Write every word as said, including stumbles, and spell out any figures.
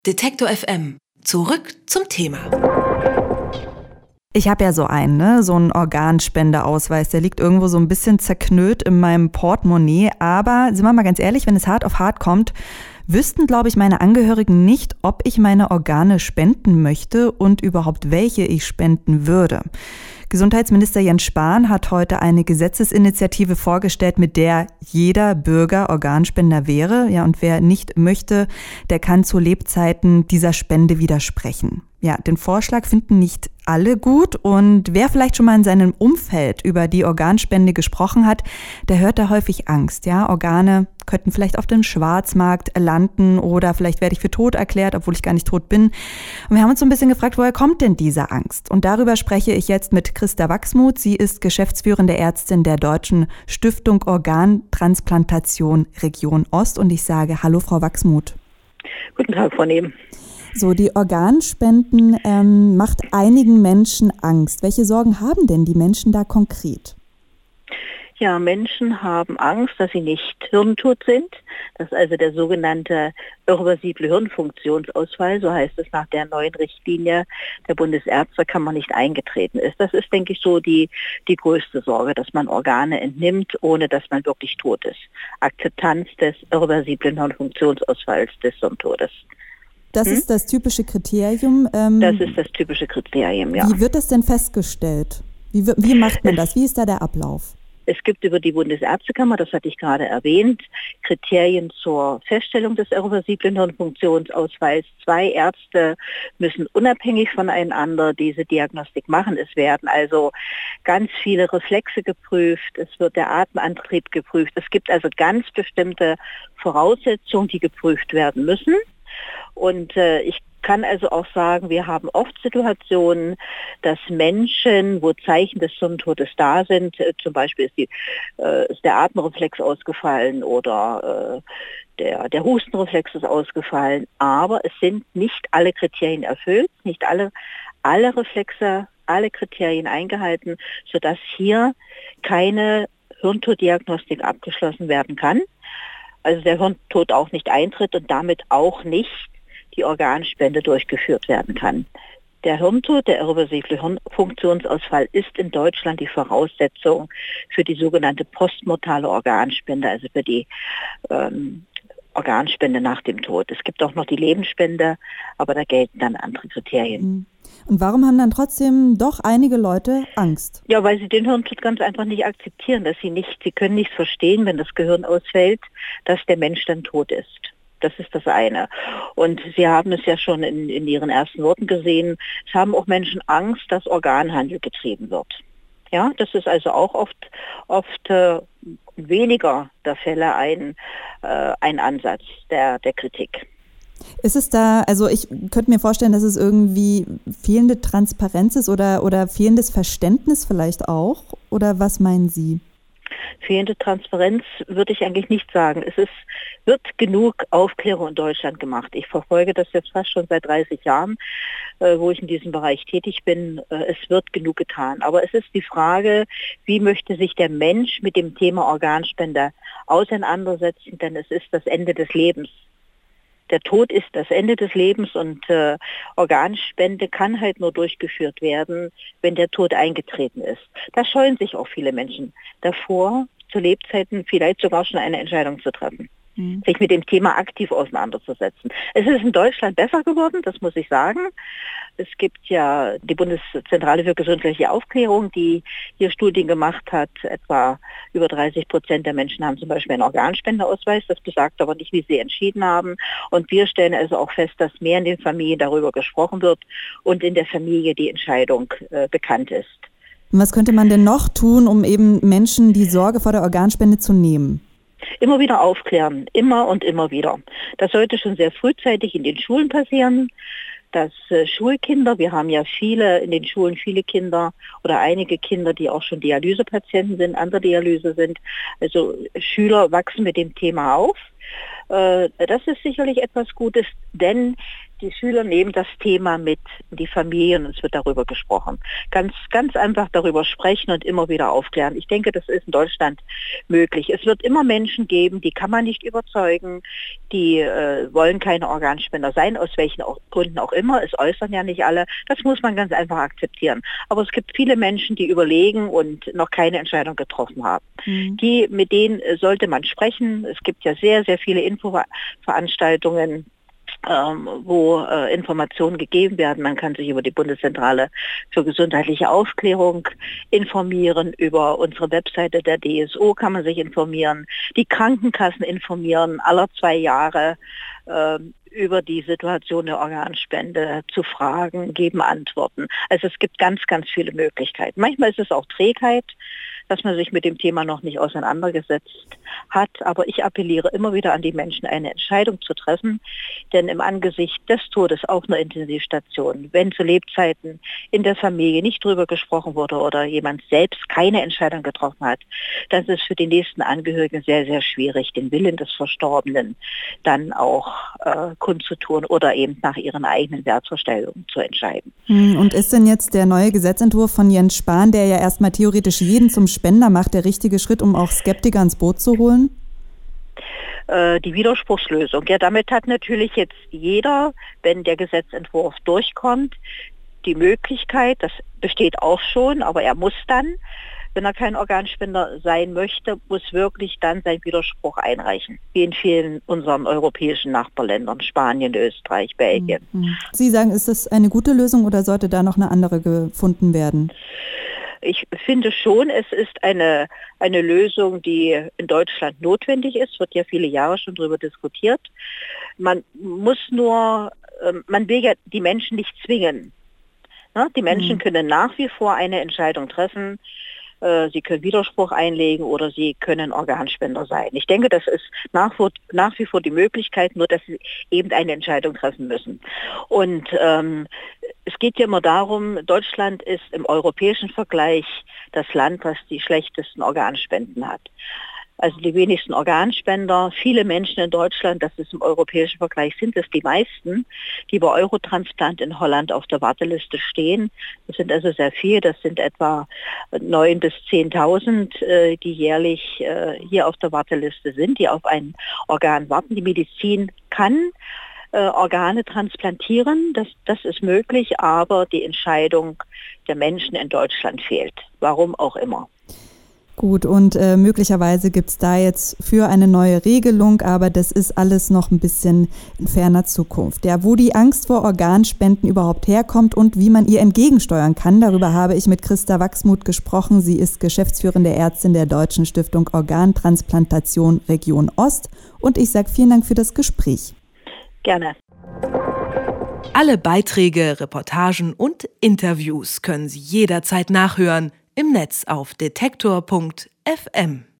Detektor F M. Zurück zum Thema. Ich habe ja so einen, ne? so einen Organspendeausweis, der liegt irgendwo so ein bisschen zerknüllt in meinem Portemonnaie. Aber sind wir mal ganz ehrlich, wenn es hart auf hart kommt, wüssten, glaube ich, meine Angehörigen nicht, ob ich meine Organe spenden möchte und überhaupt welche ich spenden würde. Gesundheitsminister Jens Spahn hat heute eine Gesetzesinitiative vorgestellt, mit der jeder Bürger Organspender wäre. Ja, und wer nicht möchte, der kann zu Lebzeiten dieser Spende widersprechen. Ja, den Vorschlag finden nicht alle gut, und wer vielleicht schon mal in seinem Umfeld über die Organspende gesprochen hat, der hört da häufig Angst. Ja, Organe könnten vielleicht auf dem Schwarzmarkt landen oder vielleicht werde ich für tot erklärt, obwohl ich gar nicht tot bin. Und wir haben uns so ein bisschen gefragt, woher kommt denn diese Angst? Und darüber spreche ich jetzt mit Christa Wachsmuth. Sie ist geschäftsführende Ärztin der Deutschen Stiftung Organtransplantation Region Ost, und ich sage Hallo, Frau Wachsmuth. Guten Tag, Frau Neben. So, die Organspenden ähm, macht einigen Menschen Angst. Welche Sorgen haben denn die Menschen da konkret? Ja, Menschen haben Angst, dass sie nicht hirntot sind. Das ist also der sogenannte irreversible Hirnfunktionsausfall, so heißt es nach der neuen Richtlinie der Bundesärztekammer, nicht eingetreten ist. Das ist, denke ich, so die, die größte Sorge, dass man Organe entnimmt, ohne dass man wirklich tot ist. Akzeptanz des irreversiblen Hirnfunktionsausfalls, des Hirntodes. Das hm? ist das typische Kriterium. Ähm, das ist das typische Kriterium, ja. Wie wird das denn festgestellt? Wie, wie macht man das? Wie ist da der Ablauf? Es gibt über die Bundesärztekammer, das hatte ich gerade erwähnt, Kriterien zur Feststellung des irreversiblen Hirnfunktionsausfalls. Zwei Ärzte müssen unabhängig voneinander diese Diagnostik machen. Es werden also ganz viele Reflexe geprüft, es wird der Atemantrieb geprüft. Es gibt also ganz bestimmte Voraussetzungen, die geprüft werden müssen. Und äh, ich kann also auch sagen, wir haben oft Situationen, dass Menschen, wo Zeichen des Hirntodes da sind, äh, zum Beispiel ist, die, äh, ist der Atemreflex ausgefallen oder äh, der, der Hustenreflex ist ausgefallen, aber es sind nicht alle Kriterien erfüllt, nicht alle, alle Reflexe, alle Kriterien eingehalten, sodass hier keine Hirntoddiagnostik abgeschlossen werden kann. Also der Hirntod auch nicht eintritt und damit auch nicht die Organspende durchgeführt werden kann. Der Hirntod, der irreversible Hirnfunktionsausfall, ist in Deutschland die Voraussetzung für die sogenannte postmortale Organspende, also für die ähm, Organspende nach dem Tod. Es gibt auch noch die Lebensspende, aber da gelten dann andere Kriterien. Und warum haben dann trotzdem doch einige Leute Angst? Ja, weil sie den Hirntod ganz einfach nicht akzeptieren, dass sie nicht, sie können nicht verstehen, wenn das Gehirn ausfällt, dass der Mensch dann tot ist. Das ist das eine. Und Sie haben es ja schon in, in Ihren ersten Worten gesehen, es haben auch Menschen Angst, dass Organhandel getrieben wird. Ja, das ist also auch oft, oft äh, weniger der Fälle ein, äh, ein Ansatz der, der Kritik. Ist es da, also ich könnte mir vorstellen, dass es irgendwie fehlende Transparenz ist oder, oder fehlendes Verständnis vielleicht auch? Oder was meinen Sie? Fehlende Transparenz würde ich eigentlich nicht sagen. Es ist, wird genug Aufklärung in Deutschland gemacht. Ich verfolge das jetzt fast schon seit dreißig Jahren, äh, wo ich in diesem Bereich tätig bin. Äh, es wird genug getan. Aber es ist die Frage, wie möchte sich der Mensch mit dem Thema Organspende auseinandersetzen, denn es ist das Ende des Lebens. Der Tod ist das Ende des Lebens und äh, Organspende kann halt nur durchgeführt werden, wenn der Tod eingetreten ist. Da scheuen sich auch viele Menschen davor, zu Lebzeiten vielleicht sogar schon eine Entscheidung zu treffen, mhm. sich mit dem Thema aktiv auseinanderzusetzen. Es ist in Deutschland besser geworden, das muss ich sagen. Es gibt ja die Bundeszentrale für gesundheitliche Aufklärung, die hier Studien gemacht hat. Etwa über dreißig Prozent der Menschen haben zum Beispiel einen Organspendeausweis. Das besagt aber nicht, wie sie entschieden haben. Und wir stellen also auch fest, dass mehr in den Familien darüber gesprochen wird und in der Familie die Entscheidung äh, bekannt ist. Und was könnte man denn noch tun, um eben Menschen die Sorge vor der Organspende zu nehmen? Immer wieder aufklären, immer und immer wieder. Das sollte schon sehr frühzeitig in den Schulen passieren. Dass äh, Schulkinder, wir haben ja viele in den Schulen, viele Kinder oder einige Kinder, die auch schon Dialysepatienten sind, an der Dialyse sind. Also Schüler wachsen mit dem Thema auf. Äh, das ist sicherlich etwas Gutes, denn Die Schüler nehmen das Thema mit in die Familien und es wird darüber gesprochen. Ganz, ganz einfach darüber sprechen und immer wieder aufklären. Ich denke, das ist in Deutschland möglich. Es wird immer Menschen geben, die kann man nicht überzeugen, die äh, wollen keine Organspender sein, aus welchen auch, Gründen auch immer. Es äußern ja nicht alle. Das muss man ganz einfach akzeptieren. Aber es gibt viele Menschen, die überlegen und noch keine Entscheidung getroffen haben. Mhm. Die, mit denen äh, sollte man sprechen. Es gibt ja sehr, sehr viele Infoveranstaltungen, Ähm, wo äh, Informationen gegeben werden. Man kann sich über die Bundeszentrale für gesundheitliche Aufklärung informieren, über unsere Webseite der D S O kann man sich informieren, die Krankenkassen informieren, aller zwei Jahre äh, über die Situation der Organspende zu fragen, geben Antworten. Also es gibt ganz, ganz viele Möglichkeiten. Manchmal ist es auch Trägheit, dass man sich mit dem Thema noch nicht auseinandergesetzt hat. Aber ich appelliere immer wieder an die Menschen, eine Entscheidung zu treffen. Denn im Angesicht des Todes auf einer Intensivstation, wenn zu Lebzeiten in der Familie nicht drüber gesprochen wurde oder jemand selbst keine Entscheidung getroffen hat, dann ist es für die nächsten Angehörigen sehr, sehr schwierig, den Willen des Verstorbenen dann auch äh, kundzutun oder eben nach ihren eigenen Wertvorstellungen zu entscheiden. Und ist denn jetzt der neue Gesetzentwurf von Jens Spahn, der ja erstmal theoretisch jeden zum Spender macht, der richtige Schritt, um auch Skeptiker ins Boot zu holen? Äh, die Widerspruchslösung. Ja, damit hat natürlich jetzt jeder, wenn der Gesetzentwurf durchkommt, die Möglichkeit, das besteht auch schon, aber er muss dann, wenn er kein Organspender sein möchte, muss wirklich dann seinen Widerspruch einreichen. Wie in vielen unseren europäischen Nachbarländern, Spanien, Österreich, Belgien. Sie sagen, ist das eine gute Lösung oder sollte da noch eine andere gefunden werden? Ich finde schon, es ist eine, eine Lösung, die in Deutschland notwendig ist. Es wird ja viele Jahre schon darüber diskutiert. Man muss nur, man will ja die Menschen nicht zwingen. Die Menschen können nach wie vor eine Entscheidung treffen. Sie können Widerspruch einlegen oder sie können Organspender sein. Ich denke, das ist nach, nach wie vor die Möglichkeit, nur dass sie eben eine Entscheidung treffen müssen. Und ähm, es geht ja immer darum, Deutschland ist im europäischen Vergleich das Land, was die schlechtesten Organspenden hat. Also die wenigsten Organspender, viele Menschen in Deutschland, das ist im europäischen Vergleich, sind es die meisten, die bei Eurotransplant in Holland auf der Warteliste stehen. Das sind also sehr viele, das sind etwa neun bis zehntausend, die jährlich hier auf der Warteliste sind, die auf ein Organ warten. Die Medizin kann Organe transplantieren, das, das ist möglich, aber die Entscheidung der Menschen in Deutschland fehlt. Warum auch immer. Gut, und äh, möglicherweise gibt es da jetzt für eine neue Regelung, aber das ist alles noch ein bisschen in ferner Zukunft. Ja, wo die Angst vor Organspenden überhaupt herkommt und wie man ihr entgegensteuern kann, darüber habe ich mit Christa Wachsmuth gesprochen. Sie ist geschäftsführende Ärztin der Deutschen Stiftung Organtransplantation Region Ost. Und ich sage vielen Dank für das Gespräch. Gerne. Alle Beiträge, Reportagen und Interviews können Sie jederzeit nachhören im Netz auf detektor punkt f m.